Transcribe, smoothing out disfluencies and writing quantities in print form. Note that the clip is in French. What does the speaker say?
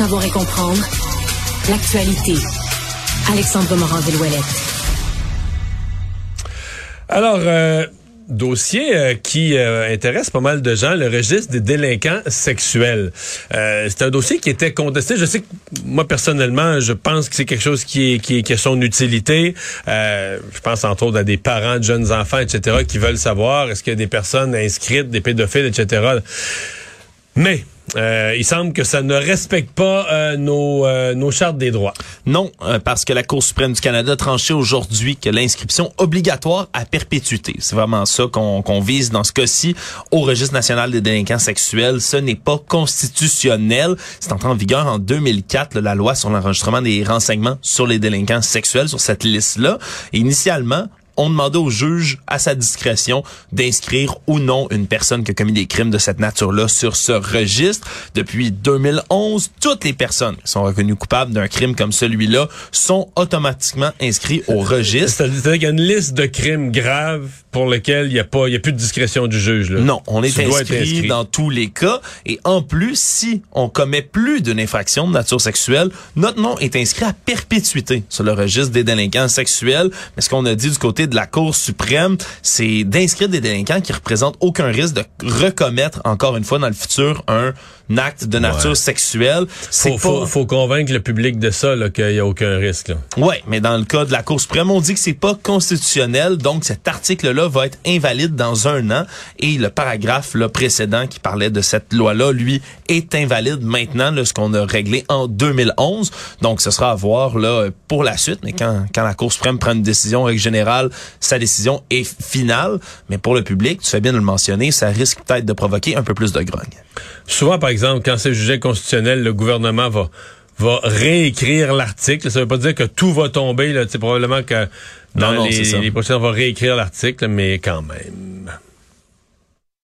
savoir et comprendre l'actualité. Alexandre Morin-Villouellette. Alors, dossier qui intéresse pas mal de gens, le registre des délinquants sexuels. C'est un dossier qui était contesté. Je sais que moi, personnellement, je pense que c'est quelque chose qui a son utilité. Je pense entre autres à des parents de jeunes enfants, etc., qui veulent savoir est-ce qu'il y a des personnes inscrites, des pédophiles, etc. Mais il semble que ça ne respecte pas nos chartes des droits. Non, parce que la Cour suprême du Canada a tranché aujourd'hui que l'inscription obligatoire à perpétuité, c'est vraiment ça qu'on vise dans ce cas-ci au Registre national des délinquants sexuels, ce n'est pas constitutionnel. C'est entré en vigueur en 2004, la loi sur l'enregistrement des renseignements sur les délinquants sexuels, sur cette liste-là. Et initialement, on demandait au juge, à sa discrétion, d'inscrire ou non une personne qui a commis des crimes de cette nature-là sur ce registre. Depuis 2011, toutes les personnes qui sont reconnues coupables d'un crime comme celui-là sont automatiquement inscrites au registre. C'est-à-dire qu'il y a une liste de crimes graves pour lesquels il y a plus de discrétion du juge, là. Non, on est inscrit dans tous les cas. Et en plus, si on commet plus d'une infraction de nature sexuelle, notre nom est inscrit à perpétuité sur le registre des délinquants sexuels. Mais ce qu'on a dit du côté de la Cour suprême, c'est d'inscrire des délinquants qui représentent aucun risque de recommettre encore une fois dans le futur un acte de nature sexuelle. Faut convaincre le public de ça, là, qu'il y a aucun risque, là. Ouais, mais dans le cas de la Cour suprême, on dit que c'est pas constitutionnel, donc cet article-là va être invalide dans 1 an et le paragraphe là, précédent qui parlait de cette loi-là, lui, est invalide maintenant, là, ce qu'on a réglé en 2011. Donc, ce sera à voir là pour la suite, mais quand la Cour suprême prend une décision, en règle générale, sa décision est finale. Mais pour le public, tu fais bien de le mentionner, ça risque peut-être de provoquer un peu plus de grogne. Souvent, par exemple, quand c'est jugé constitutionnel, le gouvernement va réécrire l'article. Ça veut pas dire que tout va tomber, là. C'est probablement que les procédures vont réécrire l'article, mais quand même.